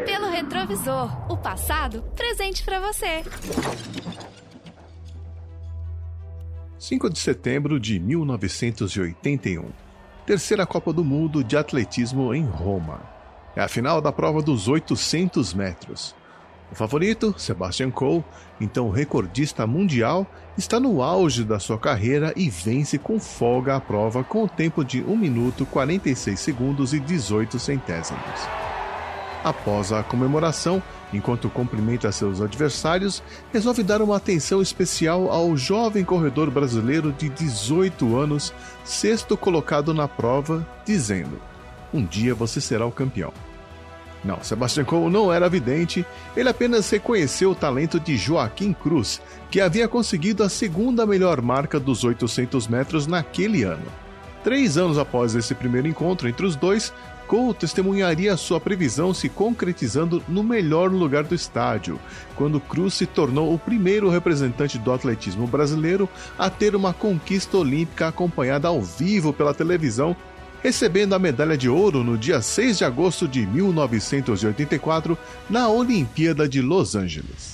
Pelo retrovisor, o passado presente para você. 5 de setembro de 1981. Terceira Copa do Mundo de Atletismo em Roma. É a final da prova dos 800 metros. O favorito, Sebastian Coe, então recordista mundial, está no auge da sua carreira e vence com folga a prova com o tempo de 1 minuto 46 segundos e 18 centésimos. Após a comemoração, enquanto cumprimenta seus adversários, resolve dar uma atenção especial ao jovem corredor brasileiro de 18 anos, sexto colocado na prova, dizendo: "Um dia você será o campeão." Não, Sebastian Coe não era vidente, ele apenas reconheceu o talento de Joaquim Cruz, que havia conseguido a segunda melhor marca dos 800 metros naquele ano. 3 anos após esse primeiro encontro entre os dois, Coe testemunharia sua previsão se concretizando no melhor lugar do estádio, quando Cruz se tornou o primeiro representante do atletismo brasileiro a ter uma conquista olímpica acompanhada ao vivo pela televisão, recebendo a medalha de ouro no dia 6 de agosto de 1984 na Olimpíada de Los Angeles.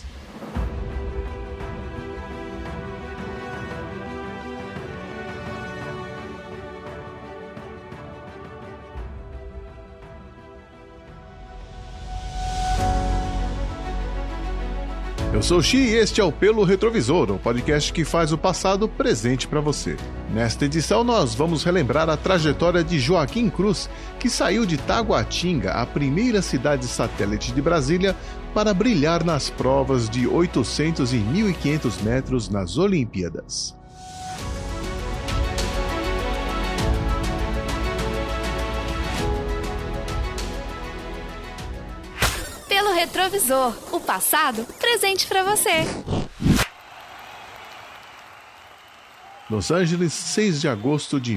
Eu sou o Xi e este é o Pelo Retrovisor, um podcast que faz o passado presente para você. Nesta edição nós vamos relembrar a trajetória de Joaquim Cruz, que saiu de Taguatinga, a primeira cidade satélite de Brasília, para brilhar nas provas de 800 e 1.500 metros nas Olimpíadas. Pelo retrovisor, o passado presente para você. Los Angeles, 6 de agosto de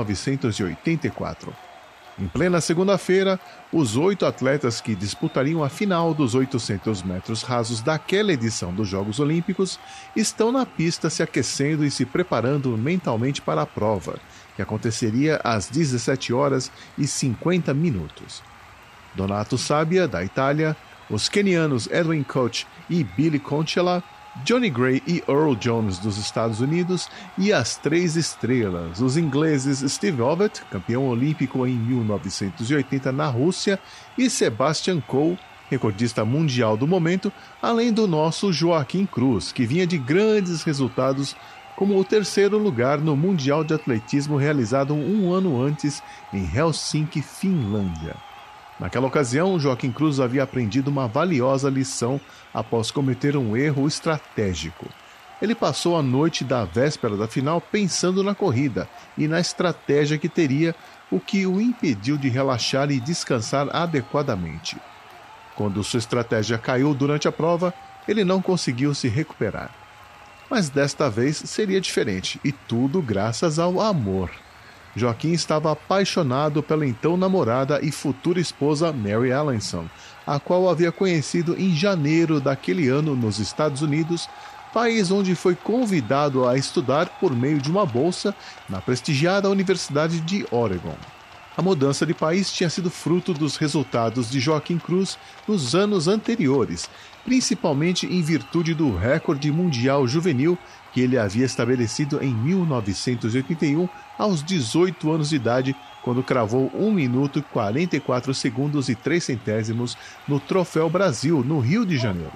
1984. Em plena segunda-feira, os 8 atletas que disputariam a final dos 800 metros rasos daquela edição dos Jogos Olímpicos estão na pista se aquecendo e se preparando mentalmente para a prova, que aconteceria às 17 horas e 50 minutos. Donato Sabbia, da Itália, os quenianos Edwin Koch e Billy Conchela, Johnny Gray e Earl Jones dos Estados Unidos e as 3 estrelas, os ingleses Steve Ovett, campeão olímpico em 1980 na Rússia, e Sebastian Coe, recordista mundial do momento, além do nosso Joaquim Cruz, que vinha de grandes resultados como o 3º lugar no Mundial de Atletismo realizado um ano antes em Helsinki, Finlândia. Naquela ocasião, Joaquim Cruz havia aprendido uma valiosa lição após cometer um erro estratégico. Ele passou a noite da véspera da final pensando na corrida e na estratégia que teria, o que o impediu de relaxar e descansar adequadamente. Quando sua estratégia caiu durante a prova, ele não conseguiu se recuperar. Mas desta vez seria diferente, e tudo graças ao amor. Joaquim estava apaixonado pela então namorada e futura esposa Mary Allenson, a qual havia conhecido em janeiro daquele ano nos Estados Unidos, país onde foi convidado a estudar por meio de uma bolsa na prestigiada Universidade de Oregon. A mudança de país tinha sido fruto dos resultados de Joaquim Cruz nos anos anteriores, principalmente em virtude do recorde mundial juvenil que ele havia estabelecido em 1981 aos 18 anos de idade, quando cravou 1 minuto 44 segundos e 3 centésimos no Troféu Brasil, no Rio de Janeiro.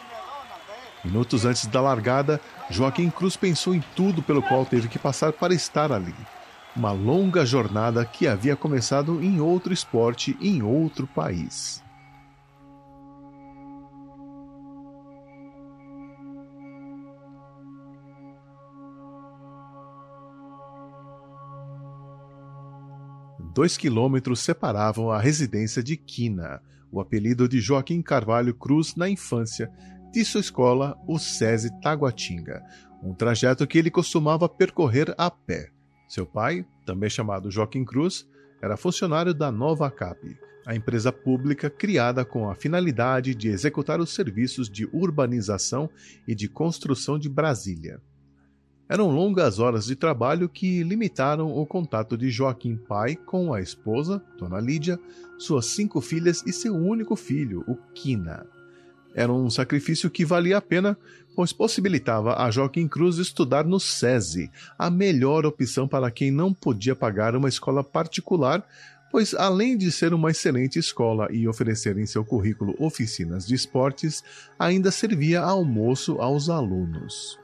Minutos antes da largada, Joaquim Cruz pensou em tudo pelo qual teve que passar para estar ali. Uma longa jornada que havia começado em outro esporte, em outro país. Dois quilômetros separavam a residência de Quina, o apelido de Joaquim Carvalho Cruz na infância, de sua escola, o SESI Taguatinga, um trajeto que ele costumava percorrer a pé. Seu pai, também chamado Joaquim Cruz, era funcionário da Nova Cap, a empresa pública criada com a finalidade de executar os serviços de urbanização e de construção de Brasília. Eram longas horas de trabalho que limitaram o contato de Joaquim pai com a esposa, Dona Lídia, suas 5 filhas e seu único filho, o Quina. Era um sacrifício que valia a pena, pois possibilitava a Joaquim Cruz estudar no SESI, a melhor opção para quem não podia pagar uma escola particular, pois além de ser uma excelente escola e oferecer em seu currículo oficinas de esportes, ainda servia almoço aos alunos.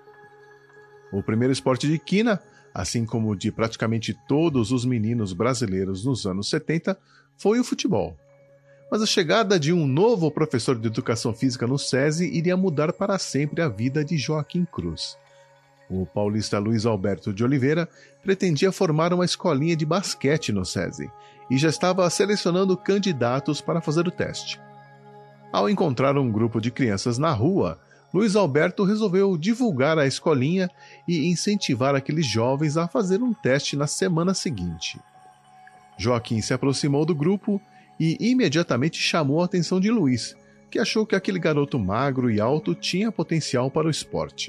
O primeiro esporte de Quina, assim como de praticamente todos os meninos brasileiros nos anos 70, foi o futebol. Mas a chegada de um novo professor de educação física no SESI iria mudar para sempre a vida de Joaquim Cruz. O paulista Luiz Alberto de Oliveira pretendia formar uma escolinha de basquete no SESI e já estava selecionando candidatos para fazer o teste. Ao encontrar um grupo de crianças na rua, Luiz Alberto resolveu divulgar a escolinha e incentivar aqueles jovens a fazer um teste na semana seguinte. Joaquim se aproximou do grupo e imediatamente chamou a atenção de Luiz, que achou que aquele garoto magro e alto tinha potencial para o esporte.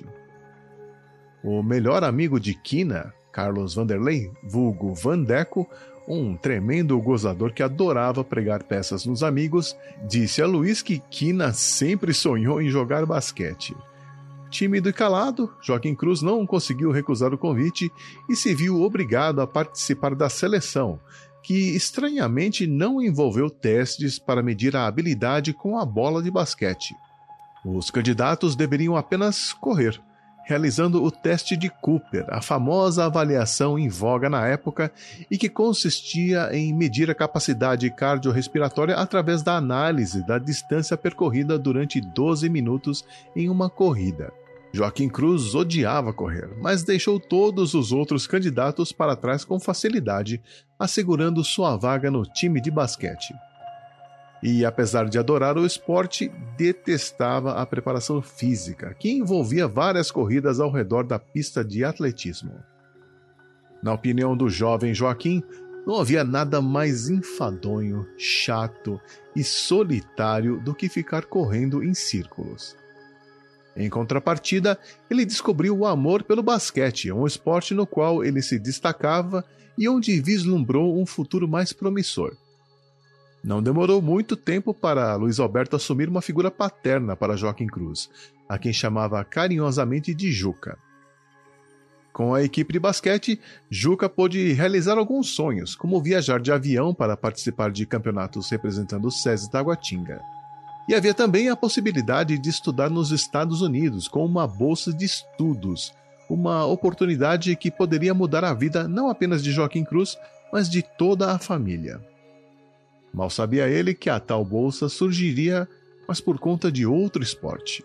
O melhor amigo de Quina, Carlos Vanderlei, vulgo Vandeco, um tremendo gozador que adorava pregar peças nos amigos, disse a Luiz que Quina sempre sonhou em jogar basquete. Tímido e calado, Joaquim Cruz não conseguiu recusar o convite e se viu obrigado a participar da seleção, que estranhamente não envolveu testes para medir a habilidade com a bola de basquete. Os candidatos deveriam apenas correr, realizando o teste de Cooper, a famosa avaliação em voga na época e que consistia em medir a capacidade cardiorrespiratória através da análise da distância percorrida durante 12 minutos em uma corrida. Joaquim Cruz odiava correr, mas deixou todos os outros candidatos para trás com facilidade, assegurando sua vaga no time de basquete. E, apesar de adorar o esporte, detestava a preparação física, que envolvia várias corridas ao redor da pista de atletismo. Na opinião do jovem Joaquim, não havia nada mais enfadonho, chato e solitário do que ficar correndo em círculos. Em contrapartida, ele descobriu o amor pelo basquete, um esporte no qual ele se destacava e onde vislumbrou um futuro mais promissor. Não demorou muito tempo para Luiz Alberto assumir uma figura paterna para Joaquim Cruz, a quem chamava carinhosamente de Juca. Com a equipe de basquete, Juca pôde realizar alguns sonhos, como viajar de avião para participar de campeonatos representando o SESI Taguatinga. E havia também a possibilidade de estudar nos Estados Unidos com uma bolsa de estudos, uma oportunidade que poderia mudar a vida não apenas de Joaquim Cruz, mas de toda a família. Mal sabia ele que a tal bolsa surgiria, mas por conta de outro esporte.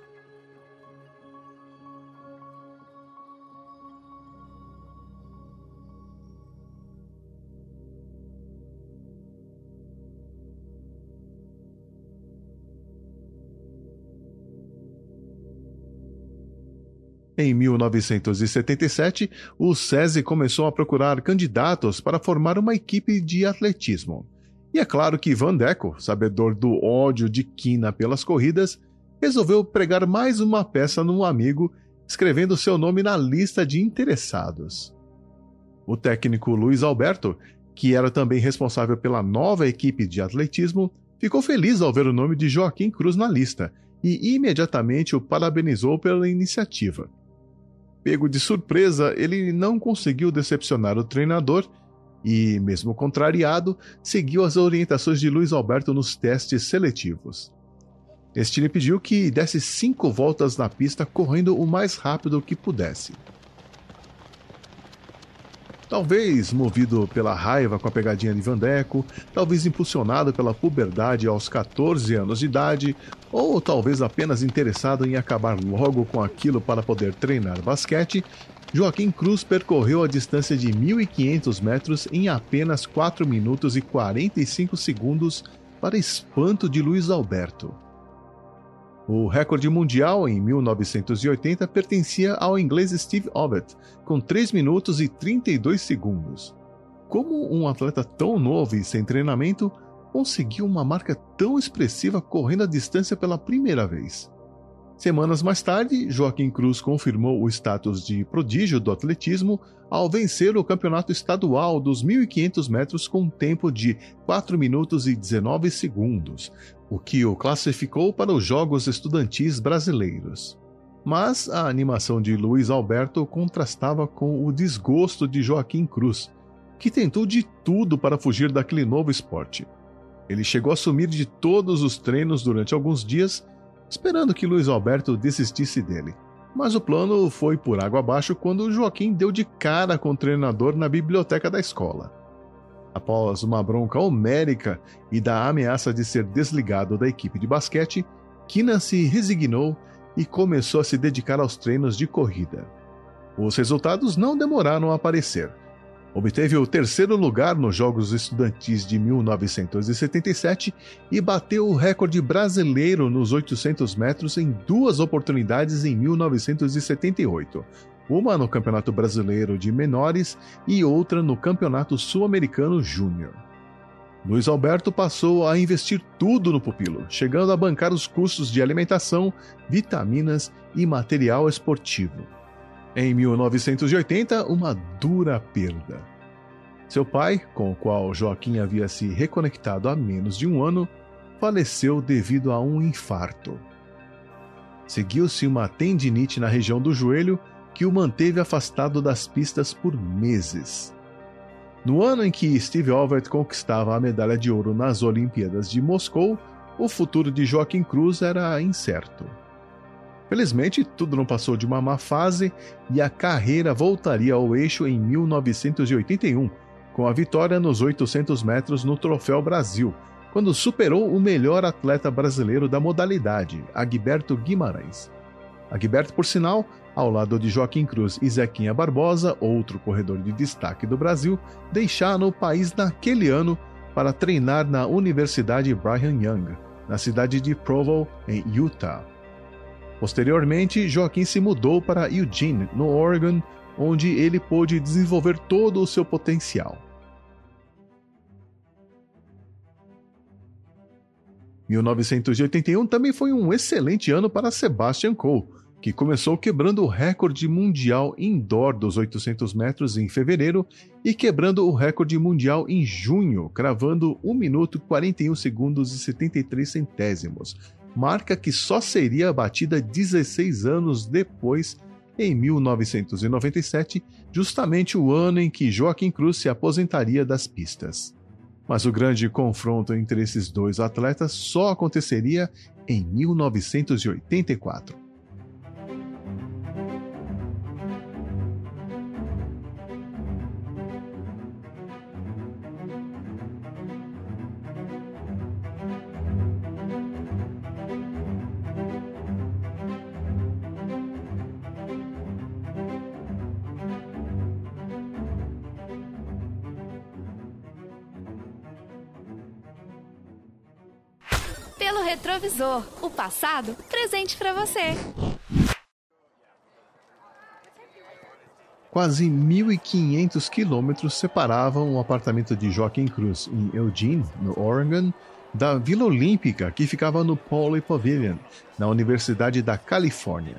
Em 1977, o SESI começou a procurar candidatos para formar uma equipe de atletismo. E é claro que Vandeco, sabedor do ódio de Quina pelas corridas, resolveu pregar mais uma peça num amigo, escrevendo seu nome na lista de interessados. O técnico Luiz Alberto, que era também responsável pela nova equipe de atletismo, ficou feliz ao ver o nome de Joaquim Cruz na lista e imediatamente o parabenizou pela iniciativa. Pego de surpresa, ele não conseguiu decepcionar o treinador e, mesmo contrariado, seguiu as orientações de Luiz Alberto nos testes seletivos. Este lhe pediu que desse 5 voltas na pista correndo o mais rápido que pudesse. Talvez movido pela raiva com a pegadinha de Vandeco, talvez impulsionado pela puberdade aos 14 anos de idade, ou talvez apenas interessado em acabar logo com aquilo para poder treinar basquete, Joaquim Cruz percorreu a distância de 1.500 metros em apenas 4 minutos e 45 segundos para espanto de Luiz Alberto. O recorde mundial em 1980 pertencia ao inglês Steve Ovett, com 3 minutos e 32 segundos. Como um atleta tão novo e sem treinamento conseguiu uma marca tão expressiva correndo a distância pela primeira vez? Semanas mais tarde, Joaquim Cruz confirmou o status de prodígio do atletismo ao vencer o campeonato estadual dos 1.500 metros com um tempo de 4 minutos e 19 segundos, o que o classificou para os Jogos Estudantis Brasileiros. Mas a animação de Luiz Alberto contrastava com o desgosto de Joaquim Cruz, que tentou de tudo para fugir daquele novo esporte. Ele chegou a sumir de todos os treinos durante alguns dias, esperando que Luiz Alberto desistisse dele. Mas o plano foi por água abaixo quando Joaquim deu de cara com o treinador na biblioteca da escola. Após uma bronca homérica e da ameaça de ser desligado da equipe de basquete, Keenan se resignou e começou a se dedicar aos treinos de corrida. Os resultados não demoraram a aparecer. Obteve o 3º lugar nos Jogos Estudantis de 1977 e bateu o recorde brasileiro nos 800 metros em 2 oportunidades em 1978, uma no Campeonato Brasileiro de Menores e outra no Campeonato Sul-Americano Júnior. Luiz Alberto passou a investir tudo no pupilo, chegando a bancar os custos de alimentação, vitaminas e material esportivo. Em 1980, uma dura perda. Seu pai, com o qual Joaquim havia se reconectado há menos de um ano, faleceu devido a um infarto. Seguiu-se uma tendinite na região do joelho que o manteve afastado das pistas por meses. No ano em que Steve Ovett conquistava a medalha de ouro nas Olimpíadas de Moscou, o futuro de Joaquim Cruz era incerto. Felizmente, tudo não passou de uma má fase e a carreira voltaria ao eixo em 1981, com a vitória nos 800 metros no Troféu Brasil, quando superou o melhor atleta brasileiro da modalidade, Agberto Guimarães. Agberto, por sinal, ao lado de Joaquim Cruz e Zequinha Barbosa, outro corredor de destaque do Brasil, deixaram o país naquele ano para treinar na Universidade Brigham Young, na cidade de Provo, em Utah. Posteriormente, Joaquim se mudou para Eugene, no Oregon, onde ele pôde desenvolver todo o seu potencial. 1981 também foi um excelente ano para Sebastian Coe, que começou quebrando o recorde mundial indoor dos 800 metros em fevereiro e quebrando o recorde mundial em junho, cravando 1 minuto 41 segundos e 73 centésimos, marca que só seria batida 16 anos depois, em 1997, justamente o ano em que Joaquim Cruz se aposentaria das pistas. Mas o grande confronto entre esses dois atletas só aconteceria em 1984. Pelo retrovisor, o passado presente para você. Quase 1.500 quilômetros separavam o apartamento de Joaquim Cruz em Eugene, no Oregon, da Vila Olímpica, que ficava no Pauley Pavilion, na Universidade da Califórnia.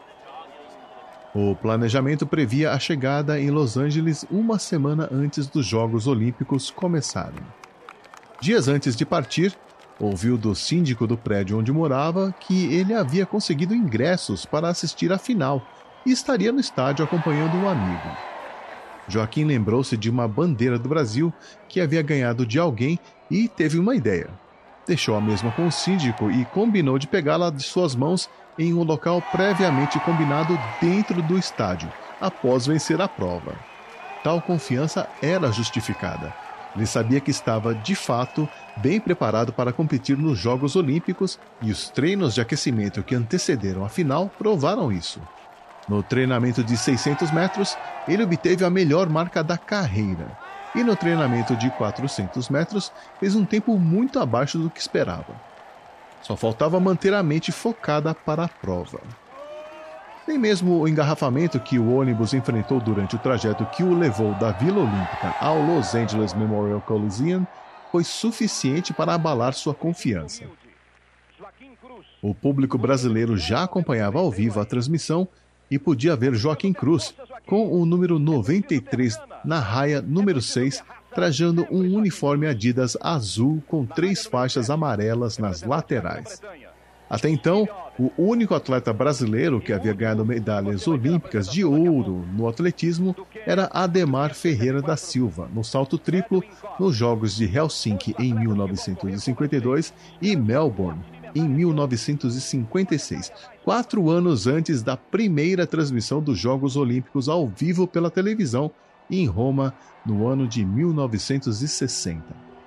O planejamento previa a chegada em Los Angeles uma semana antes dos Jogos Olímpicos começarem. Dias antes de partir, ouviu do síndico do prédio onde morava que ele havia conseguido ingressos para assistir à final e estaria no estádio acompanhando um amigo. Joaquim lembrou-se de uma bandeira do Brasil que havia ganhado de alguém e teve uma ideia. Deixou a mesma com o síndico e combinou de pegá-la de suas mãos em um local previamente combinado dentro do estádio, após vencer a prova. Tal confiança era justificada. Ele sabia que estava, de fato, bem preparado para competir nos Jogos Olímpicos e os treinos de aquecimento que antecederam a final provaram isso. No treinamento de 600 metros, ele obteve a melhor marca da carreira. E no treinamento de 400 metros, fez um tempo muito abaixo do que esperava. Só faltava manter a mente focada para a prova. Nem mesmo o engarrafamento que o ônibus enfrentou durante o trajeto que o levou da Vila Olímpica ao Los Angeles Memorial Coliseum foi suficiente para abalar sua confiança. O público brasileiro já acompanhava ao vivo a transmissão e podia ver Joaquim Cruz com o número 93 na raia número 6, trajando um uniforme Adidas azul com 3 faixas amarelas nas laterais. Até então, o único atleta brasileiro que havia ganhado medalhas olímpicas de ouro no atletismo era Ademar Ferreira da Silva, no salto triplo, nos Jogos de Helsinki em 1952 e Melbourne em 1956, 4 anos antes da primeira transmissão dos Jogos Olímpicos ao vivo pela televisão em Roma no ano de 1960.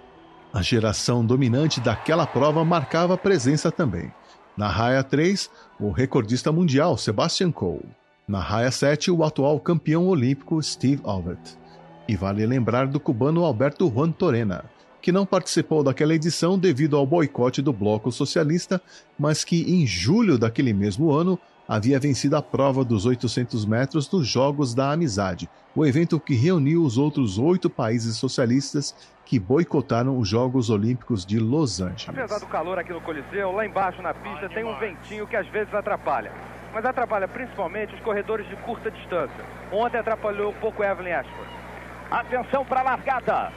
A geração dominante daquela prova marcava presença também. Na raia 3, o recordista mundial Sebastian Coe. Na raia 7, o atual campeão olímpico Steve Ovett. E vale lembrar do cubano Alberto Juan Torena, que não participou daquela edição devido ao boicote do Bloco Socialista, mas que em julho daquele mesmo ano havia vencido a prova dos 800 metros nos Jogos da Amizade, o evento que reuniu os outros 8 países socialistas que boicotaram os Jogos Olímpicos de Los Angeles. Apesar do calor aqui no Coliseu, lá embaixo na pista tem um ventinho que às vezes atrapalha. Mas atrapalha principalmente os corredores de curta distância. Ontem atrapalhou um pouco Evelyn Ashford. Atenção para a largada.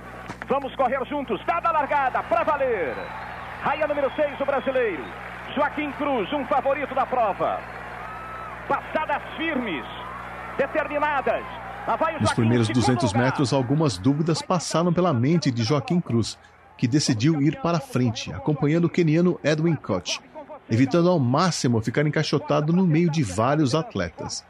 Vamos correr juntos. Dada a largada, para valer. Raia número 6, o brasileiro. Joaquim Cruz, um favorito da prova. Passadas firmes, determinadas. Nos primeiros 200 metros, algumas dúvidas passaram pela mente de Joaquim Cruz, que decidiu ir para a frente, acompanhando o queniano Edwin Koch, evitando ao máximo ficar encaixotado no meio de vários atletas.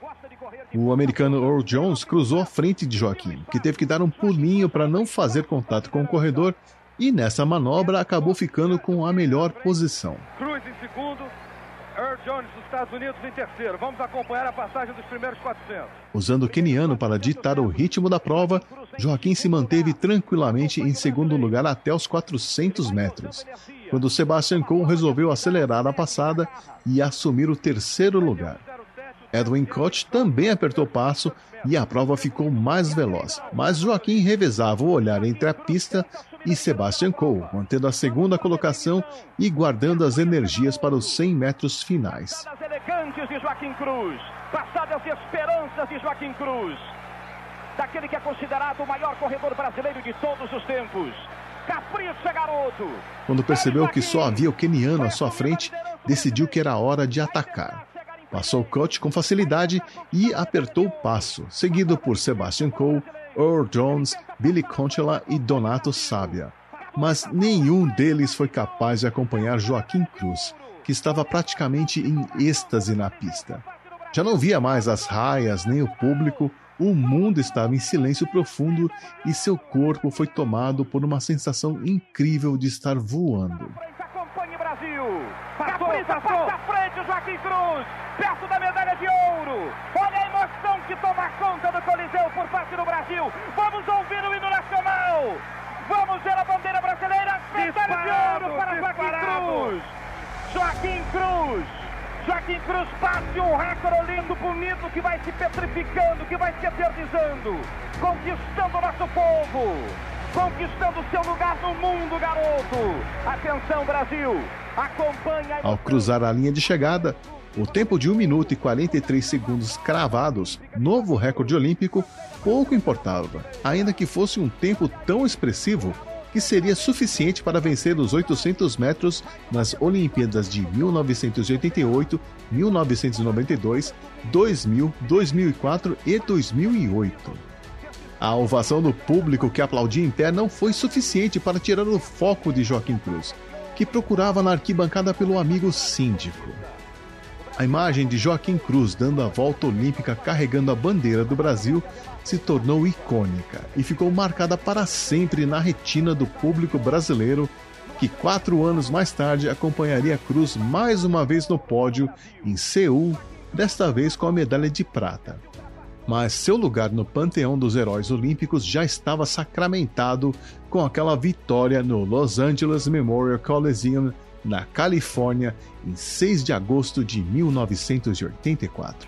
O americano Earl Jones cruzou à frente de Joaquim, que teve que dar um pulinho para não fazer contato com o corredor e nessa manobra acabou ficando com a melhor posição. Cruz em segundo, Earl Jones dos Estados Unidos em terceiro. Vamos acompanhar a passagem dos primeiros 400. Usando o queniano para ditar o ritmo da prova, Joaquim se manteve tranquilamente em segundo lugar até os 400 metros, quando Sebastian Coe resolveu acelerar a passada e assumir o terceiro lugar. Edwin Koch também apertou passo e a prova ficou mais veloz, mas Joaquim revezava o olhar entre a pista e Sebastian Coe, mantendo a segunda colocação e guardando as energias para os 100 metros finais. Passadas elegantes de Joaquim Cruz, passadas esperanças de Joaquim Cruz, daquele que é considerado o maior corredor brasileiro de todos os tempos. Capricha, garoto! Quando percebeu que só havia o queniano à sua frente, decidiu que era hora de atacar. Passou o Koch com facilidade e apertou o passo, seguido por Sebastian Coe, Earl Jones, Billy Conchela e Donato Sabia. Mas nenhum deles foi capaz de acompanhar Joaquim Cruz, que estava praticamente em êxtase na pista. Já não via mais as raias nem o público, o mundo estava em silêncio profundo e seu corpo foi tomado por uma sensação incrível de estar voando. Acompanhe Brasil! Passou à frente o Joaquim Cruz, perto da medalha de ouro! Olha a emoção que toma conta do Coliseu por parte do Brasil! Vamos ouvir o hino nacional! Vamos ver a bandeira brasileira! Medalha de ouro para Joaquim Cruz! Joaquim Cruz! Joaquim Cruz bate um recorde olímpico bonito que vai se petrificando, que vai se eternizando, conquistando o nosso povo, conquistando seu lugar no mundo, garoto. Atenção, Brasil, acompanha. Ao cruzar a linha de chegada, o tempo de 1 minuto e 43 segundos cravados, novo recorde olímpico, pouco importava, ainda que fosse um tempo tão expressivo que seria suficiente para vencer os 800 metros nas Olimpíadas de 1988, 1992, 2000, 2004 e 2008. A ovação do público que aplaudia em pé não foi suficiente para tirar o foco de Joaquim Cruz, que procurava na arquibancada pelo amigo síndico. A imagem de Joaquim Cruz dando a volta olímpica carregando a bandeira do Brasil se tornou icônica e ficou marcada para sempre na retina do público brasileiro, que 4 anos mais tarde acompanharia Cruz mais uma vez no pódio em Seul, desta vez com a medalha de prata. Mas seu lugar no panteão dos heróis olímpicos já estava sacramentado com aquela vitória no Los Angeles Memorial Coliseum, na Califórnia, em 6 de agosto de 1984.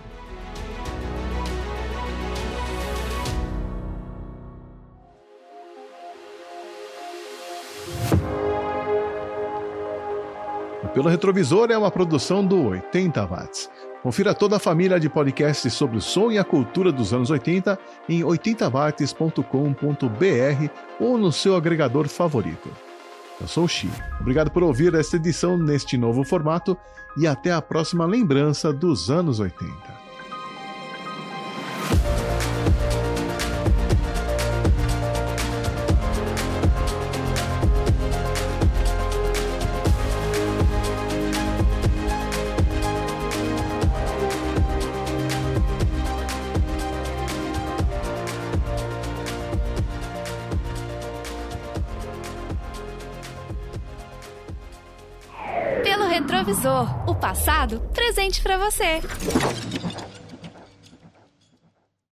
O Pelo Retrovisor é uma produção do 80 Watts. Confira toda a família de podcasts sobre o som e a cultura dos anos 80 em 80watts.com.br ou no seu agregador favorito. Eu sou o Xi. Obrigado por ouvir esta edição neste novo formato e até a próxima lembrança dos anos 80. Retrovisor, o passado presente para você.